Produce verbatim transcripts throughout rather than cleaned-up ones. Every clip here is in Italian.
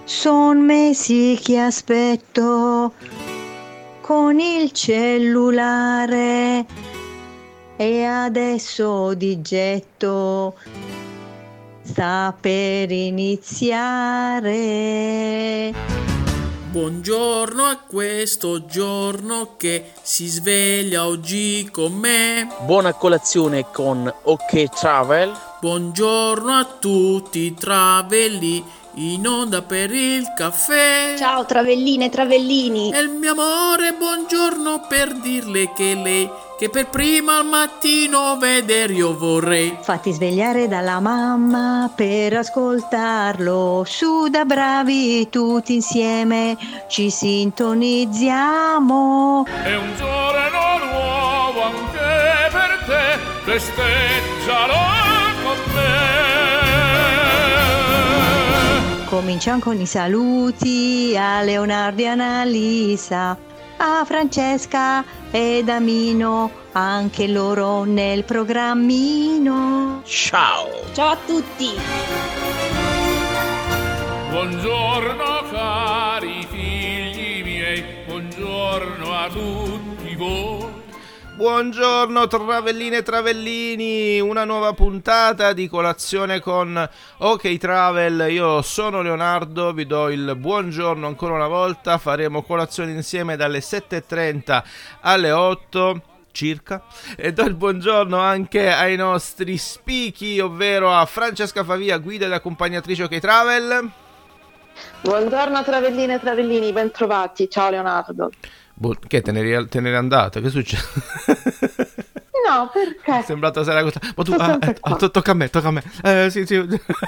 Son mesi che aspetto con il cellulare e adesso di getto sta per iniziare. Buongiorno a questo giorno che si sveglia oggi con me. Buona colazione con OK Travel. Buongiorno a tutti i travelli in onda per il caffè. Ciao travelline e travellini. E il mio amore, buongiorno per dirle che lei che per prima al mattino veder io vorrei. Fatti svegliare dalla mamma per ascoltarlo. Su da bravi tutti insieme ci sintonizziamo. È un giorno nuovo anche per te, festeggialo con me. Cominciamo con i saluti a Leonardo e Annalisa, a Francesca ed a Mino, anche loro nel programmino. Ciao! Ciao a tutti! Buongiorno cari figli miei, buongiorno a tutti voi. Buongiorno travelline e travellini, una nuova puntata di colazione con OK Travel. Io sono Leonardo, vi do il buongiorno ancora una volta. Faremo colazione insieme dalle sette e trenta alle otto circa, e do il buongiorno anche ai nostri speaky, ovvero a Francesca Favia, guida ed accompagnatrice OK Travel. Buongiorno travelline e travellini, ben trovati. Ciao Leonardo. Boh, che te ne eri, te ne eri andato? Che succede? No, perché? È sembrata sarà cosa. Ma tu, ah, eh, to- tocca a me, tocca a me. Eh, sì, sì.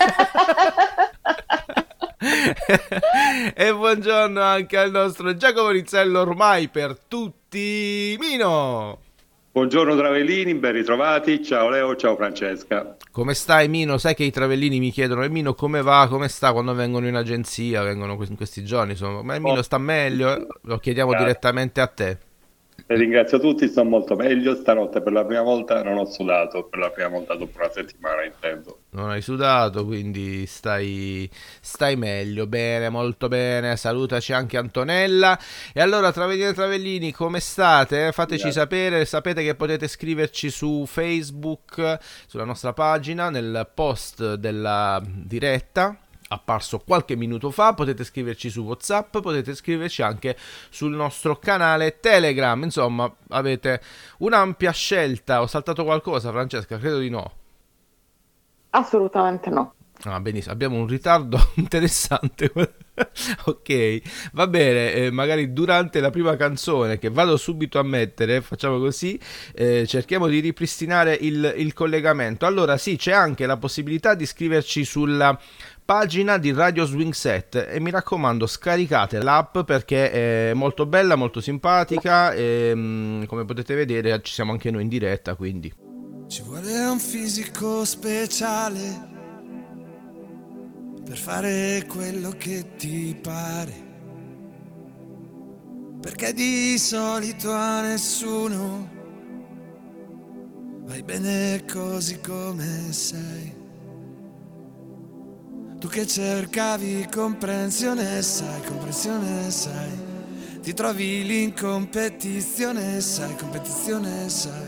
E buongiorno anche al nostro Giacomo Rizzello, ormai per tutti, Mino. Buongiorno travellini, ben ritrovati. Ciao Leo, ciao Francesca. Come stai Mino? Sai che i travellini mi chiedono: e Mino come va? Come sta quando vengono in agenzia? Vengono in questi giorni, insomma. Ma Mino sta meglio? Lo chiediamo Grazie. direttamente a te. E ringrazio tutti, sto molto meglio. Stanotte per la prima volta non ho sudato, per la prima volta dopo una settimana intendo. Non hai sudato, quindi stai stai meglio, bene, molto bene. Salutaci anche Antonella. E allora travellini e travellini, come state? Fateci Grazie. sapere, sapete che potete scriverci su Facebook, sulla nostra pagina, nel post della diretta apparso qualche minuto fa. Potete scriverci su WhatsApp, potete scriverci anche sul nostro canale Telegram. Insomma, avete un'ampia scelta. Ho saltato qualcosa, Francesca? Credo di no. Assolutamente no. Ah, benissimo, abbiamo un ritardo interessante. Ok, va bene, eh, magari durante la prima canzone, che vado subito a mettere, facciamo così, eh, cerchiamo di ripristinare il, il collegamento. Allora sì, c'è anche la possibilità di iscriverci sulla pagina di Radio Swing Set e mi raccomando, scaricate l'app perché è molto bella, molto simpatica e come potete vedere ci siamo anche noi in diretta, quindi ci vuole un fisico speciale per fare quello che ti pare, perché di solito a nessuno vai bene così come sei. Tu che cercavi comprensione, sai, comprensione, sai, ti trovi lì in competizione, sai, competizione, sai.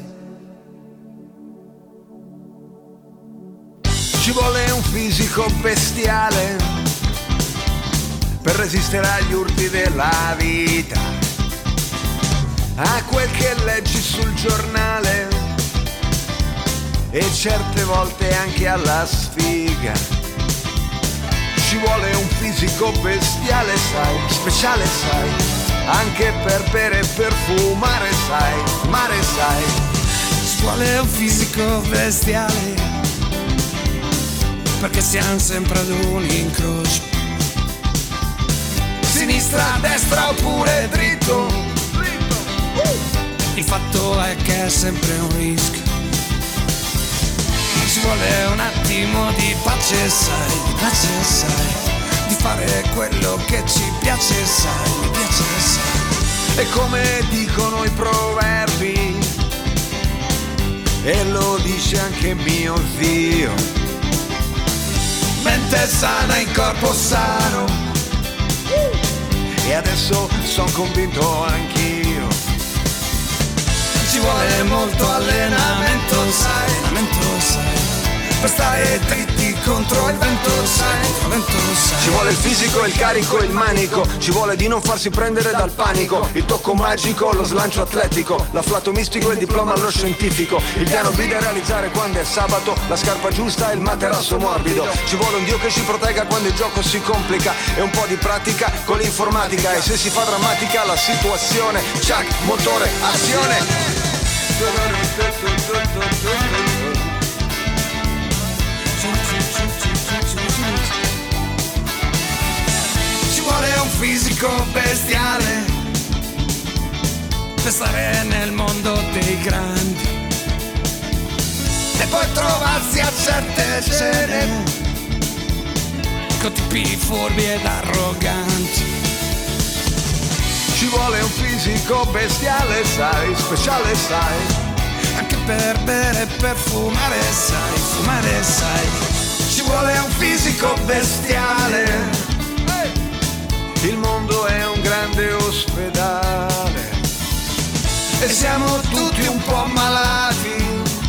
Ci vuole un fisico bestiale per resistere agli urti della vita, a quel che leggi sul giornale e certe volte anche alla sfiga. Ci vuole un fisico bestiale, sai, speciale, sai, anche per bere e per fumare, sai, mare, sai. Ci vuole un fisico bestiale, perché siamo sempre ad un incrocio, sinistra, destra oppure dritto, uh! Il fatto è che è sempre un rischio. Ci vuole un attimo di pace, sai, di pace, sai, di fare quello che ci piace, sai, mi piace, sai. E come dicono i proverbi, e lo dice anche mio zio, mente sana in corpo sano, e adesso son convinto anch'io. Ci vuole molto allenamento, sai, allenamento, sai, per stare dritti contro il vento, sai, contro il vento, sai. Ci vuole il fisico, il carico, il manico, ci vuole di non farsi prendere dal panico, il tocco magico, lo slancio atletico, l'afflato mistico, il diploma allo scientifico, il piano B da realizzare quando è sabato, la scarpa giusta e il materasso morbido. Ci vuole un Dio che ci protegga quando il gioco si complica e un po' di pratica con l'informatica, e se si fa drammatica la situazione, ciac, motore, azione. Ci vuole un fisico bestiale per stare nel mondo dei grandi e poi trovarsi a certe cene con tipi furbi ed arroganti. Ci vuole un fisico bestiale, sai, speciale, sai, anche per bere e per fumare, sai, fumare, sai. Ci vuole un fisico bestiale, il mondo è un grande ospedale e siamo tutti un po' malati,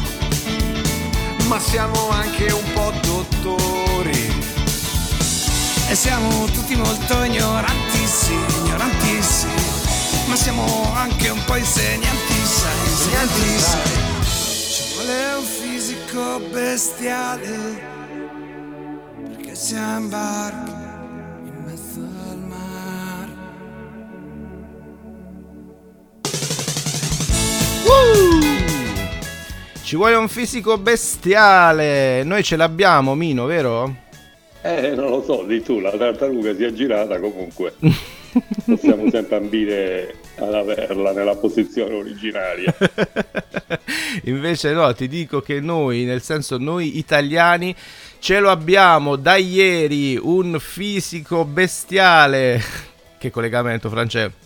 ma siamo anche un po' dottori. E siamo tutti molto ignoranti, sì, ignoranti, sì, ma siamo anche un po' insegnanti, sai, insegnanti, sai. Ci vuole un fisico bestiale perché siamo barchi in mezzo al mare. Uh! Ci vuole un fisico bestiale. Noi ce l'abbiamo, Mino, vero? Eh, non lo so, di tu, la tartaruga si è girata comunque. Possiamo sempre ambire ad averla nella posizione originaria. Invece no, ti dico che noi, nel senso noi italiani, ce lo abbiamo da ieri, un fisico bestiale. Che collegamento, Francesco?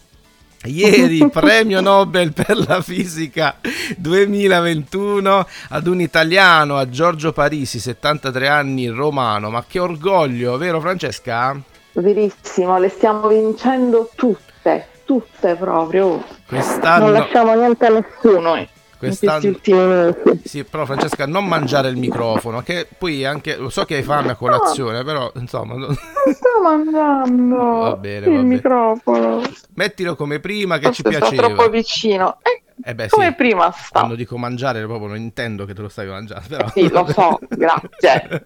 Ieri premio Nobel per la fisica duemilaventuno ad un italiano, a Giorgio Parisi, settantatré anni, romano. Ma che orgoglio, vero Francesca? Verissimo, le stiamo vincendo tutte, tutte proprio. Quest'anno non lasciamo niente a nessuno eh. Quest'anno... in questi ultimi mesi. Sì, però Francesca, non mangiare il microfono, che poi anche, lo so che hai fame a colazione, no, però insomma non sto mangiando va bene, il va bene. microfono, mettilo come prima che forse ci piaceva. sta troppo vicino, eh, eh beh, come sì. prima sta. Quando dico mangiare proprio non intendo che te lo stai mangiando, però. Sì, lo so, grazie.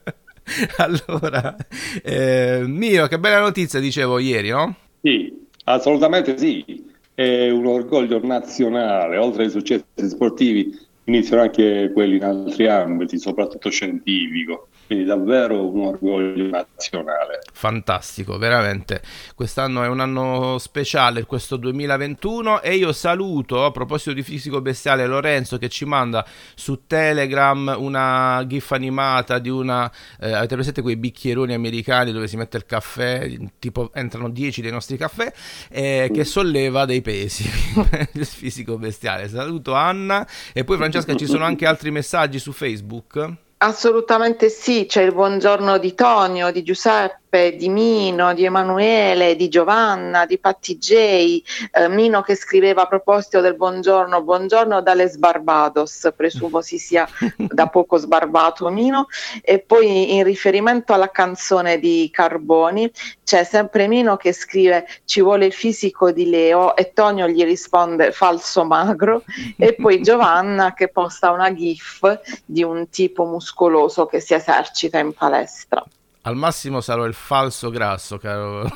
Allora, eh, Mio, che bella notizia, dicevo ieri, no? Sì, assolutamente sì. È un orgoglio nazionale, oltre ai successi sportivi iniziano anche quelli in altri ambiti, soprattutto scientifico, quindi davvero un orgoglio nazionale. Fantastico, veramente. Quest'anno è un anno speciale, questo duemilaventuno, e io saluto, a proposito di fisico bestiale, Lorenzo che ci manda su Telegram una gif animata di una, eh, avete presente quei bicchieroni americani dove si mette il caffè, tipo entrano dieci dei nostri caffè, eh, che solleva dei pesi, il fisico bestiale. Saluto Anna, e poi Francesca, ci sono anche altri messaggi su Facebook? Assolutamente sì, c'è il buongiorno di Tonio, di Giuseppe, di Mino, di Emanuele, di Giovanna, di Patti J, eh, Mino che scriveva a proposito del buongiorno, buongiorno dalle Barbados, presumo si sia da poco sbarbato Mino, e poi in riferimento alla canzone di Carboni c'è sempre Mino che scrive ci vuole il fisico di Leo e Tonio gli risponde falso magro, e poi Giovanna che posta una gif di un tipo muscoloso che si esercita in palestra. Al massimo sarò il falso grasso, caro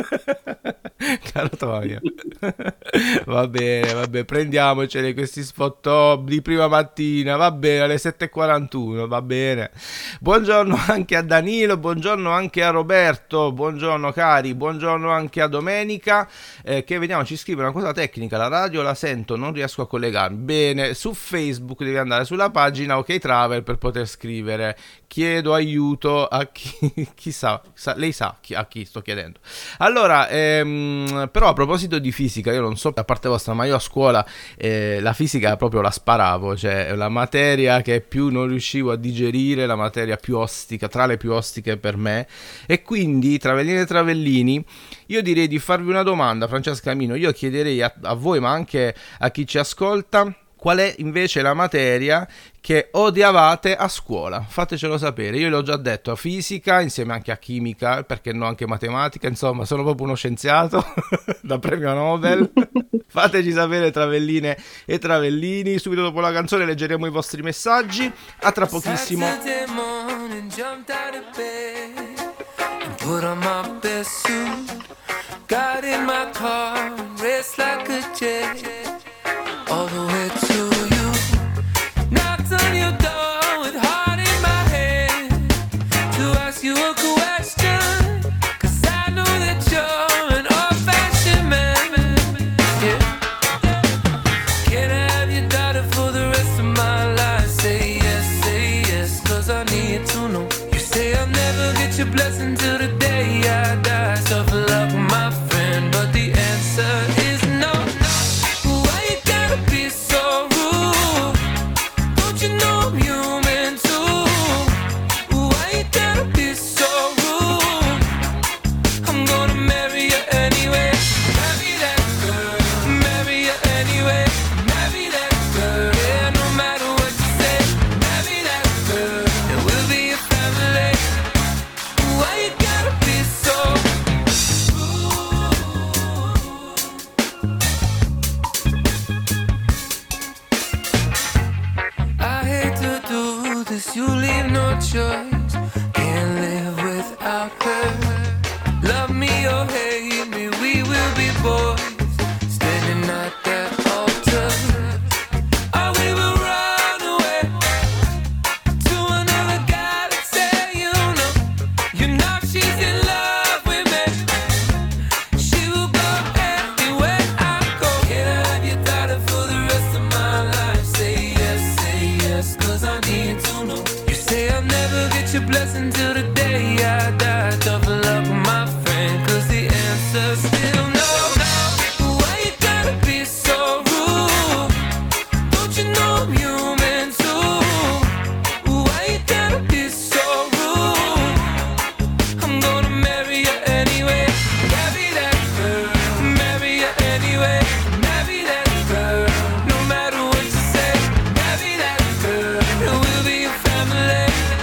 caro Tonio. Va bene, va bene, prendiamocene questi spot di prima mattina, va bene, alle sette e quarantuno, va bene. Buongiorno anche a Danilo, buongiorno anche a Roberto, buongiorno cari, buongiorno anche a Domenica, eh, che vediamo, ci scrive una cosa tecnica, la radio la sento, non riesco a collegarmi. Bene, su Facebook devi andare sulla pagina OK Travel per poter scrivere chiedo aiuto a chi, chi sa, sa lei sa chi, a chi sto chiedendo. Allora, ehm, Ehm, però a proposito di fisica, io non so a parte vostra, ma io a scuola eh, la fisica proprio la sparavo, cioè la materia che più non riuscivo a digerire, la materia più ostica, tra le più ostiche per me. E quindi, Travellini e Travellini, io direi di farvi una domanda, Francesca Mino. Io chiederei a, a voi, ma anche a chi ci ascolta, qual è invece la materia che odiavate a scuola? Fatecelo sapere. Io l'ho già detto, a fisica, insieme anche a chimica, perché no anche matematica, insomma sono proprio uno scienziato da premio Nobel. Fateci sapere, Travelline e Travellini. Subito dopo la canzone leggeremo i vostri messaggi. A tra pochissimo. All the way to you, knocked on your door with heart in my hand to ask you a question, 'cause I know that you're an old-fashioned man, yeah. Can I have your daughter for the rest of my life? Say yes, say yes, 'cause I need to know. You say I'll never get your blessing till the day I die. Tough luck, my friend, but the answer is no. You leave no choice, can't live without her. Love me or hate me, we will be boys, standing at that altar. Or we will run away to another galaxy, you know. You know she's in love with me. She will go anywhere I go. Can I have your daughter for the rest of my life? Say yes, say yes, 'cause I need to know. I'll never get your blessing till the day I die. Tough luck, my friend, 'cause the answer's still no. Why you gotta be so rude? Don't you know I'm human too? Why you gotta be so rude? I'm gonna marry you anyway. Marry that girl, marry you anyway. Marry that girl, no matter what you say. Marry that girl, and we'll be a family.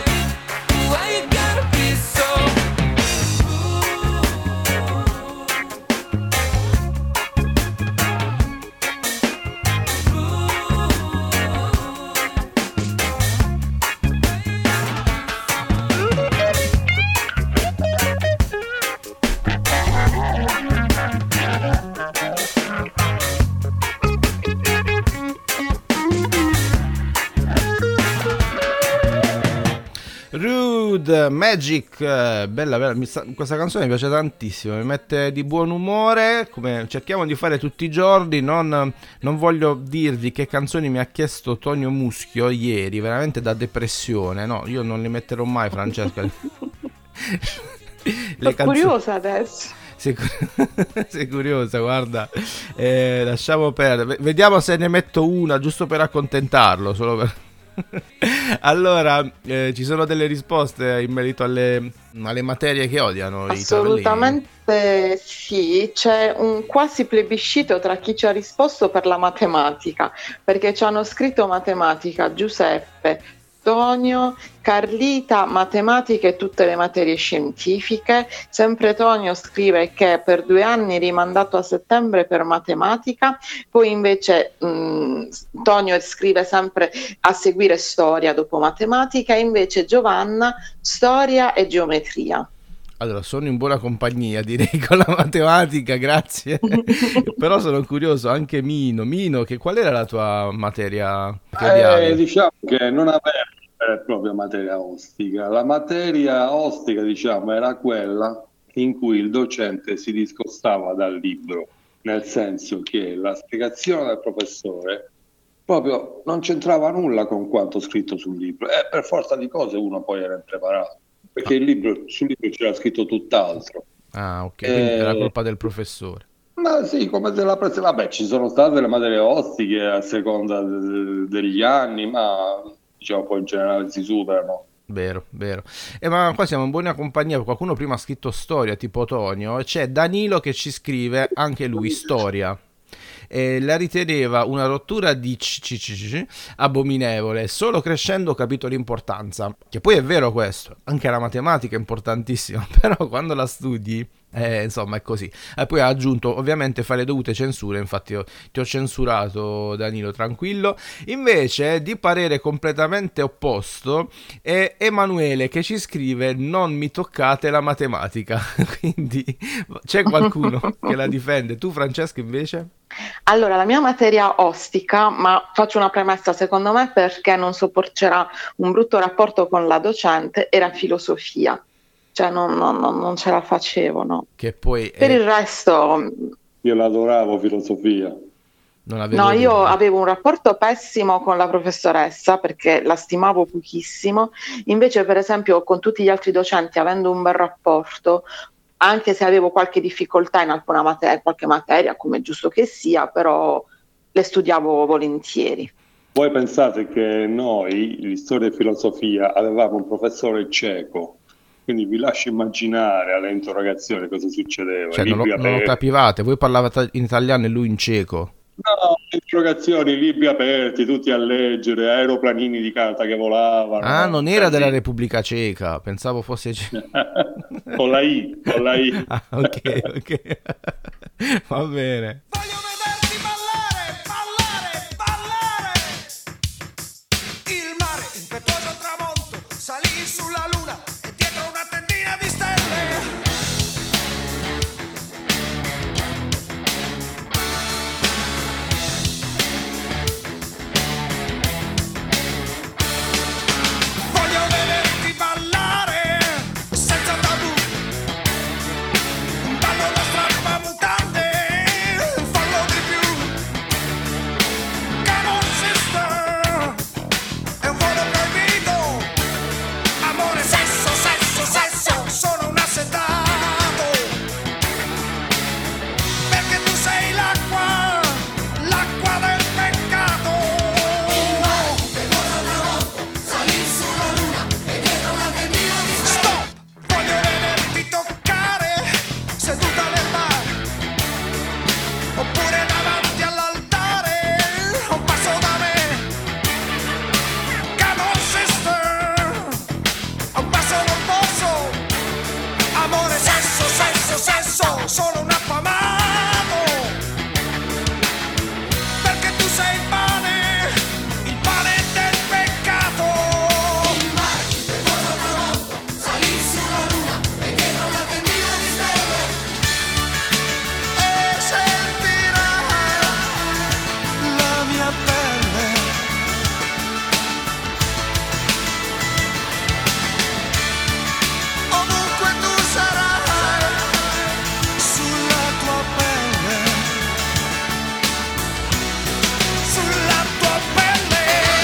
Rude Magic, bella bella, mi sta, questa canzone mi piace tantissimo, mi mette di buon umore, come cerchiamo di fare tutti i giorni. Non, non voglio dirvi che canzoni mi ha chiesto Tonio Muschio ieri, veramente da depressione, no, io non li metterò mai, Francesca. Le Sono canzoni... curiosa adesso. Sei, cur- sei curiosa, guarda, eh, lasciamo perdere, vediamo se ne metto una giusto per accontentarlo, solo per... Allora, eh, ci sono delle risposte in merito alle, alle materie che odiano i travellini? Assolutamente sì, c'è un quasi plebiscito tra chi ci ha risposto per la matematica, perché ci hanno scritto matematica Giuseppe, Tonio, Carlita, matematica e tutte le materie scientifiche. Sempre Tonio scrive che per due anni rimandato a settembre per matematica, poi invece mh, Tonio scrive sempre a seguire storia dopo matematica, e invece Giovanna storia e geometria. Allora, sono in buona compagnia, direi, con la matematica, grazie. Però sono curioso, anche Mino. Mino, che qual era la tua materia che odiavi? Eh, diciamo che non aveva vera e propria materia ostica. La materia ostica, diciamo, era quella in cui il docente si discostava dal libro, nel senso che la spiegazione del professore proprio non c'entrava nulla con quanto scritto sul libro, e per forza di cose uno poi era impreparato, perché il libro, sul libro c'era scritto tutt'altro. Ah, ok, quindi Eh, era colpa del professore. Ma sì, come della presa. Vabbè, ci sono state delle materie ostiche a seconda de- degli anni, ma diciamo poi in generale si superano. Vero, vero. Eh, ma qua siamo in buona compagnia. Qualcuno prima ha scritto storia, tipo Tonio, e c'è Danilo che ci scrive anche lui storia. E la riteneva una rottura di c- c- c- c- abominevole. Solo crescendo ho capito l'importanza. Che poi è vero questo. Anche la matematica è importantissima, però quando la studi, eh, insomma, è così. E poi ha aggiunto ovviamente fare dovute censure. Infatti io ti ho censurato, Danilo, tranquillo. Invece di parere completamente opposto è Emanuele che ci scrive: non mi toccate la matematica. Quindi c'è qualcuno che la difende. Tu, Francesca, invece? Allora, la mia materia ostica, ma faccio una premessa, secondo me perché non sopporterà un brutto rapporto con la docente, era filosofia. Cioè non, non- non- non ce la facevo, no. Che poi Per è- il resto, Io l'adoravo filosofia. non avevo no, io dubbi. avevo un rapporto pessimo con la professoressa perché la stimavo pochissimo. Invece, per esempio, con tutti gli altri docenti, avendo un bel rapporto, anche se avevo qualche difficoltà in alcuna materia, qualche materia, come è giusto che sia, però le studiavo volentieri. Voi pensate che noi, di storia e filosofia, avevamo un professore cieco, quindi vi lascio immaginare alle interrogazioni cosa succedeva. Cioè, non lo, libri non lo aperti. capivate. Voi parlavate in italiano e lui in ceco. No, interrogazioni, libri aperti, tutti a leggere, aeroplanini di carta che volavano. Ah, non era Casino. della Repubblica Ceca. Pensavo fosse... Con la I, con la I. Ah, ok, ok. Va bene. Il mare, impetuoso al tramonto, salì sulla luna e dietro una tendina di stelle. Voglio vederti ballare senza tabù, un ballo da strappa mutande, fallo di più. Come on sister, è un volo proibito. Amore, sesso, sesso, sesso, sono un assetato. Perché tu sei l'acqua, l'acqua del peccato. Salì sulla luna e dietro una tendina di stelle. Stop! Voglio vederti toccare seduta nel mare, oppure davanti all'altare, un passo da me. Come on sister, un passo non posso. Amore, sesso, sesso, sesso, sono un affamato. Perché tu sei il pane, il pane del peccato. Il mare, impetuoso al tramonto, salì sulla luna e dietro una tendina di stelle. E sentirai la mia pelle. Ovunque tu sarai, sulla tua pelle, sulla tua pelle.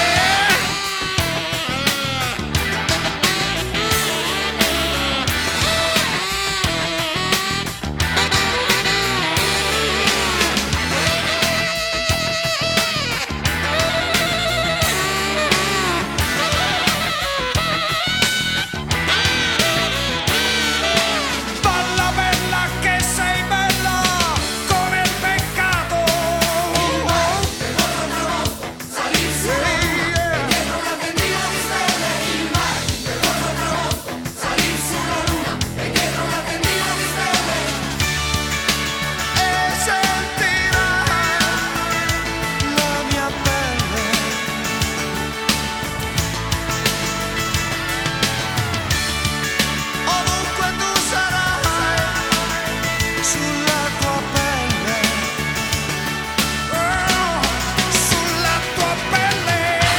Balla bella che sei bella come il peccato. Salì sulla luna e dietro una tendina di stelle. Il mare, impetuoso al tramonto, salì sulla luna e dietro una tendina di stelle. E sentirai la mia pelle. Ovunque tu sarai, sulla tua pelle, oh, sulla tua pelle.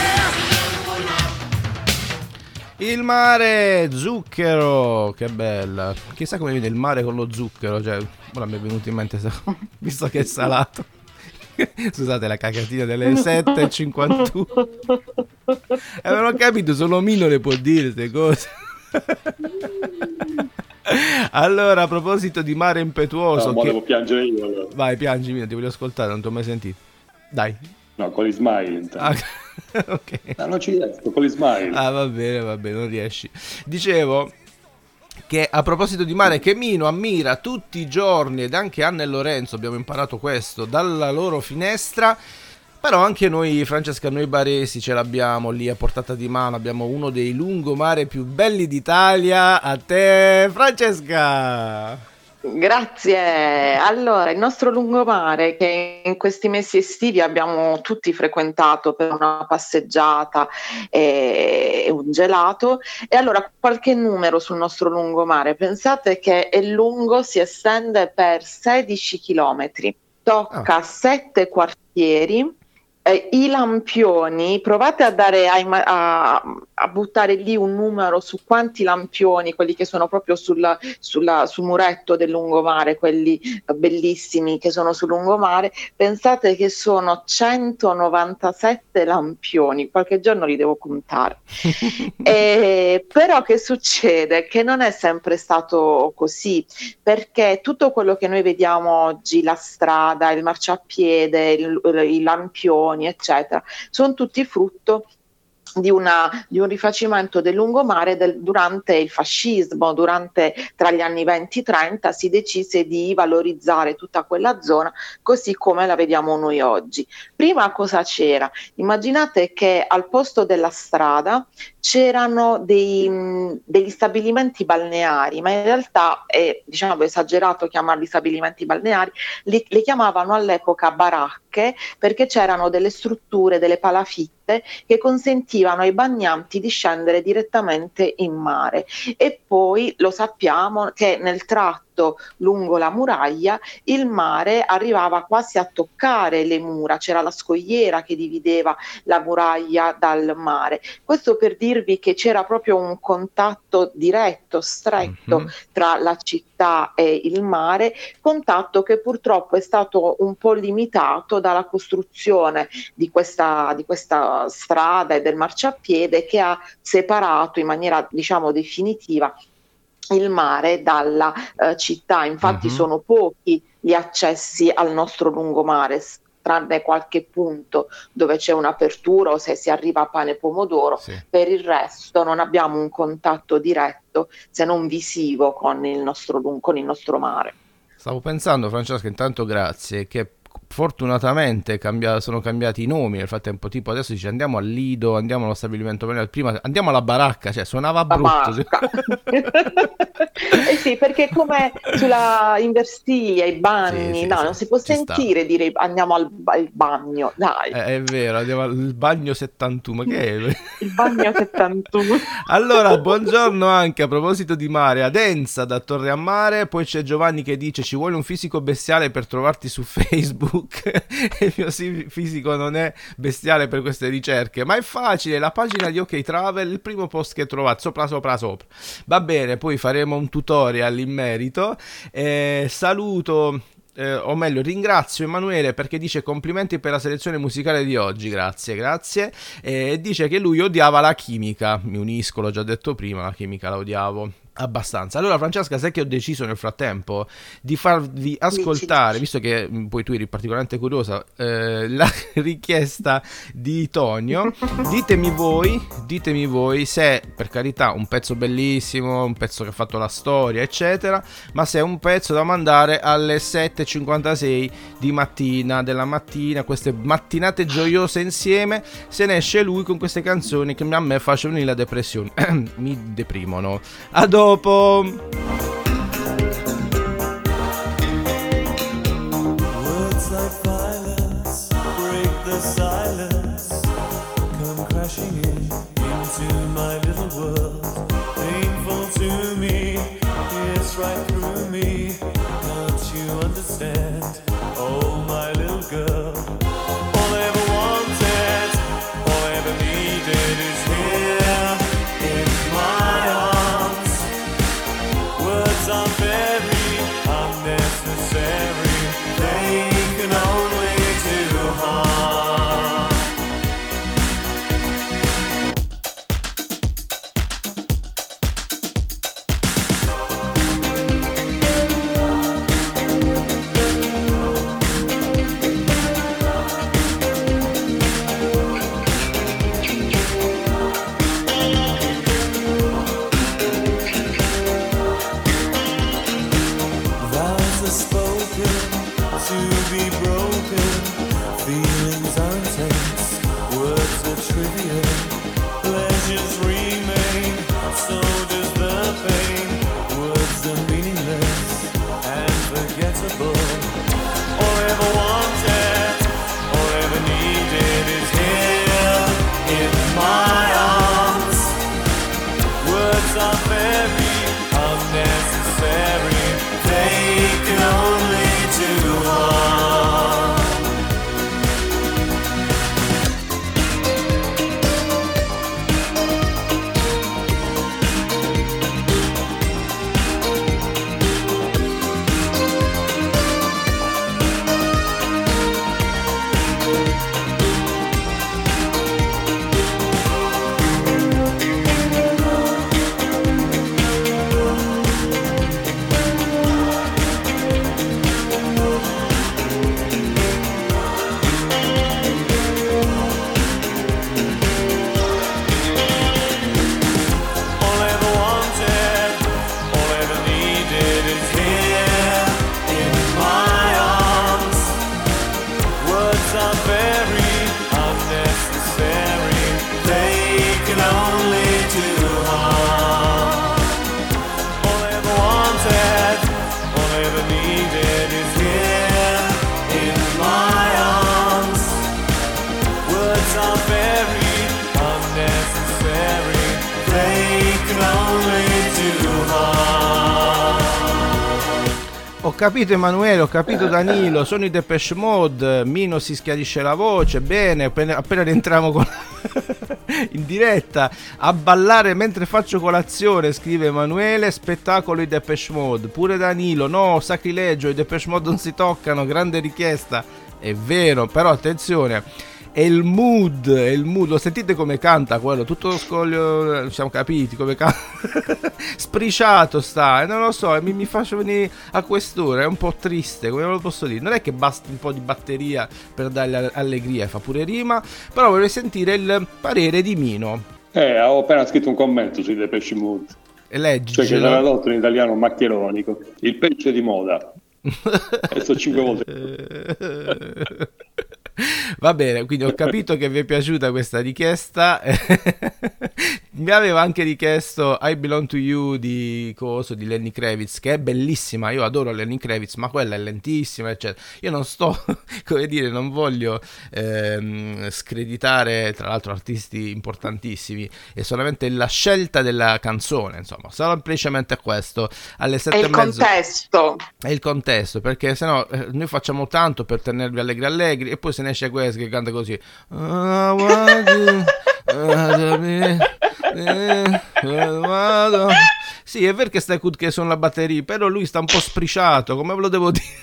Il mare, zucchero, che bella. Chissà come viene il mare con lo zucchero, cioè, ora mi è venuto in mente, visto che è salato. Scusate la cacatina delle sette e cinquantuno. E non ho capito, solo Mino le può dire queste cose. Allora, a proposito di mare impetuoso, No, mo che... devo piangere io. allora. vai, piangi, Mino, ti voglio ascoltare, non ti ho mai sentito. Dai. No, con gli smile. intanto. Ah, ok. No, non ci riesco, con gli smile. Ah, va bene, va bene, non riesci. Dicevo che a proposito di mare, che Mino ammira tutti i giorni, ed anche Anna e Lorenzo abbiamo imparato questo dalla loro finestra. Però anche noi, Francesca, noi baresi ce l'abbiamo lì a portata di mano, abbiamo uno dei lungomare più belli d'Italia. A te, Francesca! Grazie. Allora, il nostro lungomare che in questi mesi estivi abbiamo tutti frequentato per una passeggiata e un gelato. E allora qualche numero sul nostro lungomare. Pensate che è lungo, si estende per sedici chilometri, tocca Ah. sette quartieri. Eh, I lampioni, provate a dare a, ima- a- a buttare lì un numero su quanti lampioni, quelli che sono proprio sulla- sulla- sul muretto del lungomare, quelli eh, bellissimi che sono sul lungomare. Pensate che sono centonovantasette lampioni, qualche giorno li devo contare. E, però che succede? Che non è sempre stato così, perché tutto quello che noi vediamo oggi, la strada, il marciapiede, il- i lampioni, eccetera, sono tutti frutto di, una, di un rifacimento del lungomare del, durante il fascismo, durante tra gli anni venti trenta si decise di valorizzare tutta quella zona così come la vediamo noi oggi. Prima cosa c'era? Immaginate che al posto della strada c'erano dei, mh, degli stabilimenti balneari, ma in realtà è diciamo esagerato chiamarli stabilimenti balneari, li, li chiamavano all'epoca baracche perché c'erano delle strutture, delle palafitte che consentivano ai bagnanti di scendere direttamente in mare. E poi lo sappiamo che nel tratto lungo la muraglia il mare arrivava quasi a toccare le mura, c'era la scogliera che divideva la muraglia dal mare. Questo per dirvi che c'era proprio un contatto diretto, stretto Mhm. tra la città e il mare, contatto che purtroppo è stato un po' limitato dalla costruzione di questa, di questa strada e del marciapiede che ha separato in maniera diciamo definitiva il mare dalla eh, città. Infatti Mhm. sono pochi gli accessi al nostro lungomare, s- tranne qualche punto dove c'è un'apertura o se si arriva a pane e pomodoro. Sì. Per il resto non abbiamo un contatto diretto, se non visivo, con il nostro, lung- con il nostro mare. Stavo pensando, Francesca, intanto grazie, che fortunatamente cambia- sono cambiati i nomi nel frattempo, tipo adesso dice andiamo al Lido, andiamo allo stabilimento balneare, prima andiamo alla baracca, cioè suonava La brutto. sì. barca. Eh sì, perché come sulla in Versilia, i bagni, Sì, sì, no, sì, non si può ci sta. sentire dire andiamo al, al bagno, dai, Eh, è vero, andiamo al bagno settantuno, ma che è? il bagno settantuno. Allora, buongiorno anche a proposito di mare, ad Enza da Torre a Mare, poi c'è Giovanni che dice ci vuole un fisico bestiale per trovarti su Facebook e il mio si- fisico non è bestiale per queste ricerche, ma è facile, la pagina di OK Travel, il primo post che trovate, sopra sopra sopra. Va bene, poi faremo un tutorial in merito. Eh, saluto... Eh, o meglio ringrazio Emanuele perché dice complimenti per la selezione musicale di oggi, grazie grazie, e eh, dice che lui odiava la chimica, mi unisco, l'ho già detto prima, la chimica la odiavo abbastanza. Allora Francesca, sai che ho deciso nel frattempo di farvi ascoltare, visto che mh, poi tu eri particolarmente curiosa, eh, la richiesta di Tonio. Ditemi voi, ditemi voi se, per carità, un pezzo bellissimo, un pezzo che ha fatto la storia eccetera, ma se è un pezzo da mandare alle sette e cinquantasei di mattina, della mattina, queste mattinate gioiose insieme, se ne esce lui con queste canzoni che a me facevano venire la depressione. Mi deprimono. A dopo. Words like violence break the silence, come crashing in into my little world. Painful to me, it's right through me. Don't you understand? Oh, my little girl. All I ever wanted, all I ever needed is here in my arms. Words are spoken to be broken. Feelings are intense, words are trivial. Pleasures remain, so does the pain. Words are meaningless and forgettable. All I ever wanted, all I ever needed is here in my arms. Words are very unnecessary, they can only do harm. Ho capito Emanuele, ho capito Danilo, sono i Depeche Mode, Mino si schiarisce la voce, bene, appena, appena rientriamo con... in diretta, a ballare mentre faccio colazione, scrive Emanuele, spettacolo i Depeche Mode, pure Danilo, no, sacrilegio, i Depeche Mode non si toccano, grande richiesta, è vero, però attenzione... È il mood, è il mood, lo sentite come canta quello, tutto lo scoglio, siamo capiti come canta, spriciato sta, non lo so, mi, mi faccio venire a quest'ora, è un po' triste, come lo posso dire, non è che basti un po' di batteria per dargli allegria, fa pure rima, però vorrei sentire il parere di Mino. Eh, ho appena scritto un commento sui Depeche Mode. E leggi. Cioè che l'ha tradotto in italiano maccheronico, il pesce di moda. Adesso cinque volte. Va bene, quindi ho capito che vi è piaciuta questa richiesta. Mi aveva anche richiesto I Belong to You di coso di Lenny Kravitz, che è bellissima, io adoro Lenny Kravitz, ma quella è lentissima eccetera. Io non sto, come dire, non voglio ehm, screditare tra l'altro artisti importantissimi, è solamente la scelta della canzone, insomma, semplicemente questo. Alle sette è il e mezzo, contesto è il contesto, perché sennò eh, noi facciamo tanto per tenervi allegri allegri e poi se ne esce questo che canta così. Sì, è vero che stai che sono la batteria, però lui sta un po' spriciato, come ve lo devo dire?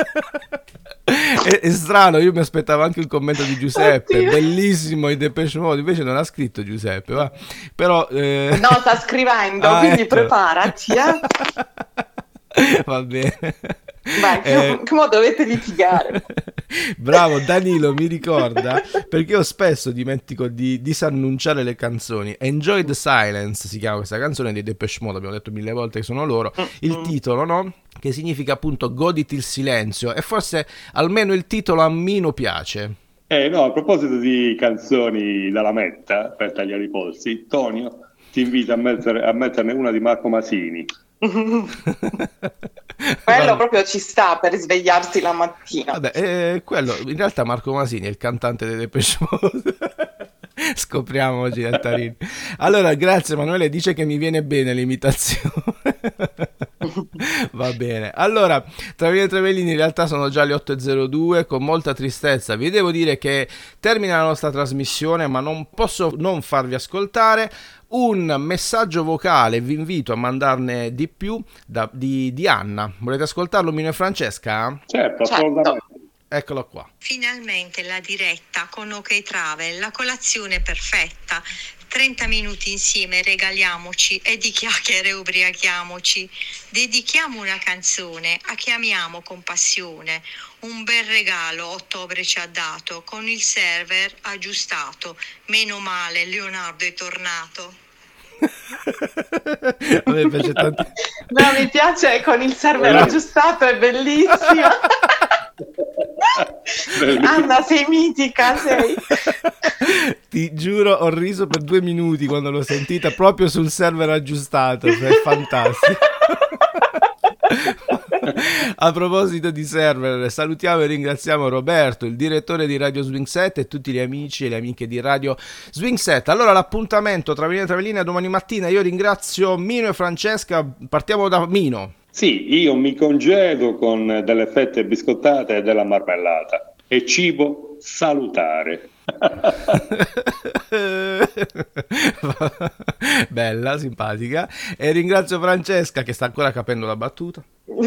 è, è strano, io mi aspettavo anche un commento di Giuseppe. Oddio. Bellissimo i Depeche Mode, invece non ha scritto Giuseppe, va. Però eh... no, sta scrivendo, ah, quindi ecco. Preparati, eh. Va bene. Vai, eh, come dovete litigare? Bravo Danilo, mi ricorda, perché io spesso dimentico di disannunciare le canzoni. Enjoy the Silence si chiama questa canzone dei Depeche Mode, abbiamo detto mille volte che sono loro. Il titolo, no? Che significa appunto goditi il silenzio, e forse almeno il titolo a Mino piace. Eh no, a proposito di canzoni dalla metta per tagliare i polsi, Tonio ti invita a, mettere, a metterne una di Marco Masini. Quello proprio ci sta per svegliarsi la mattina. Vabbè, eh, quello in realtà Marco Masini è il cantante dei Depeche Mode. Scopriamo oggi nel Tarini. Allora, grazie Emanuele, dice che mi viene bene l'imitazione. Va bene. Allora, Travellini e Travellini, in realtà sono già le otto e zero due, con molta tristezza vi devo dire che termina la nostra trasmissione, ma non posso non farvi ascoltare un messaggio vocale, vi invito a mandarne di più, da, di, di Anna. Volete ascoltarlo, Mino e Francesca? Certo, assolutamente. Eccolo qua. Finalmente la diretta con OK Travel, la colazione perfetta. trenta minuti insieme, regaliamoci e di chiacchiere ubriachiamoci. Dedichiamo una canzone a chi amiamo con passione. Un bel regalo ottobre ci ha dato, con il server aggiustato. Meno male, Leonardo è tornato. A me piace tanto. No, mi piace con il server aggiustato, è bellissimo. Anna, sei mitica, sei. Ti giuro, ho riso per due minuti quando l'ho sentita proprio sul server aggiustato, è fantastico. A proposito di server, salutiamo e ringraziamo Roberto, il direttore di Radio Swing Set, e tutti gli amici e le amiche di Radio Swing Set. Allora, l'appuntamento tra Velline e Travellini è domani mattina. Io ringrazio Mino e Francesca. Partiamo da Mino. Sì, io mi congedo con delle fette biscottate e della marmellata e cibo salutare. Bella, simpatica. E ringrazio Francesca che sta ancora capendo la battuta.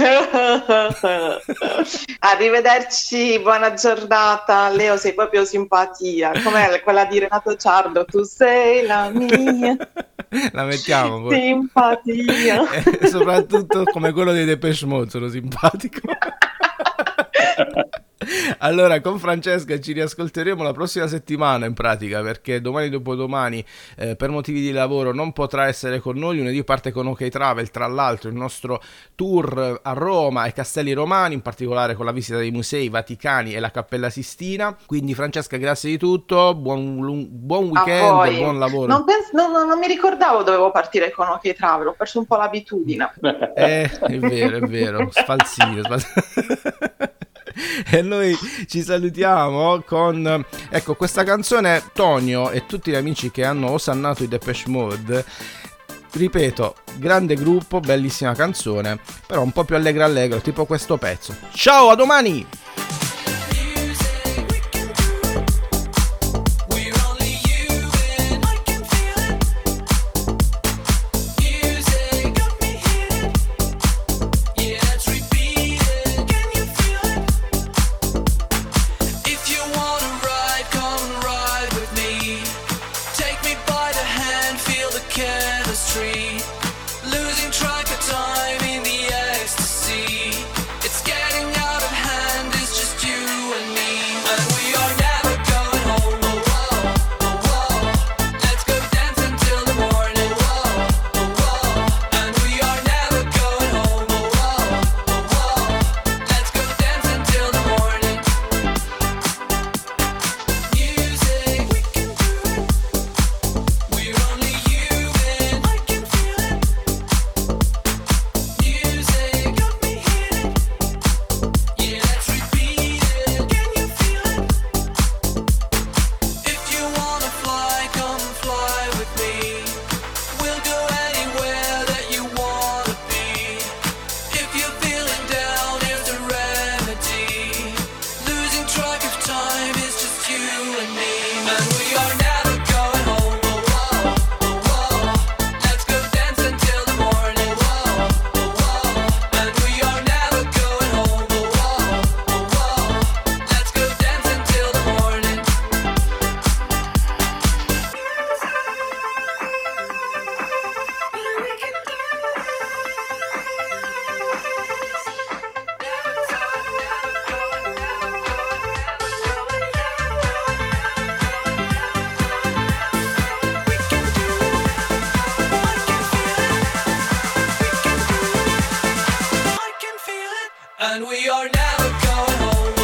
Arrivederci, buona giornata. Leo, sei proprio simpatia. Com'è quella di Renato Ciardo? Tu sei la mia la mettiamo poi. Simpatia. E soprattutto come quello dei Depeche Mode, sono simpatico. Allora, con Francesca ci riascolteremo la prossima settimana, in pratica, perché domani dopodomani eh, per motivi di lavoro non potrà essere con noi. Lunedì parte con OK Travel, tra l'altro il nostro tour a Roma e Castelli Romani, in particolare con la visita dei musei Vaticani e la Cappella Sistina. Quindi Francesca, grazie di tutto, buon, buon weekend e buon lavoro. Non, pens- no, no, non mi ricordavo dovevo partire con OK Travel, ho perso un po' l'abitudine. Eh, è vero, è vero, sfalsino, sfalsino. E noi ci salutiamo con, ecco, questa canzone. Tonio e tutti gli amici che hanno osannato i Depeche Mode, ripeto, grande gruppo, bellissima canzone, però un po' più allegra allegro, tipo questo pezzo. Ciao, a domani! And we are never going home.